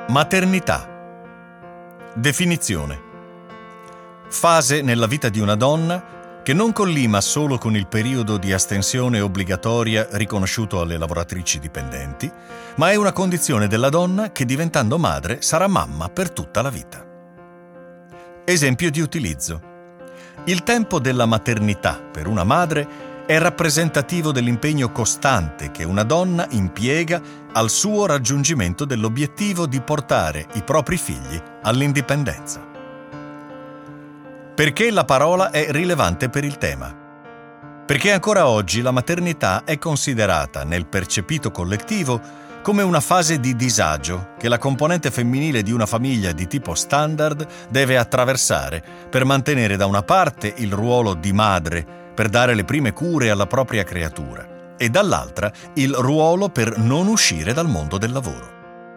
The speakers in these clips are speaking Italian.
Maternità. Definizione. Fase nella vita di una donna che non collima solo con il periodo di astensione obbligatoria riconosciuto alle lavoratrici dipendenti, ma è una condizione della donna che diventando madre sarà mamma per tutta la vita. Esempio di utilizzo. Il tempo della maternità per una madre è rappresentativo dell'impegno costante che una donna impiega al suo raggiungimento dell'obiettivo di portare i propri figli all'indipendenza. Perché la parola è rilevante per il tema? Perché ancora oggi la maternità è considerata nel percepito collettivo come una fase di disagio che la componente femminile di una famiglia di tipo standard deve attraversare per mantenere da una parte il ruolo di madre per dare le prime cure alla propria creatura e dall'altra il ruolo per non uscire dal mondo del lavoro.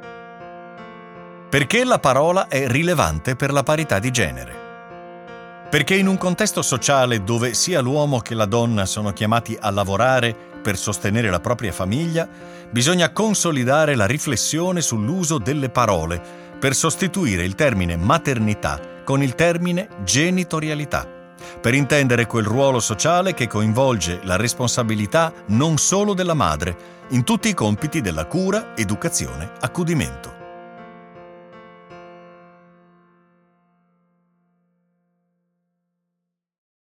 Perché la parola è rilevante per la parità di genere? Perché in un contesto sociale dove sia l'uomo che la donna sono chiamati a lavorare per sostenere la propria famiglia, bisogna consolidare la riflessione sull'uso delle parole per sostituire il termine maternità con il termine genitorialità, per intendere quel ruolo sociale che coinvolge la responsabilità non solo della madre in tutti i compiti della cura, educazione, accudimento.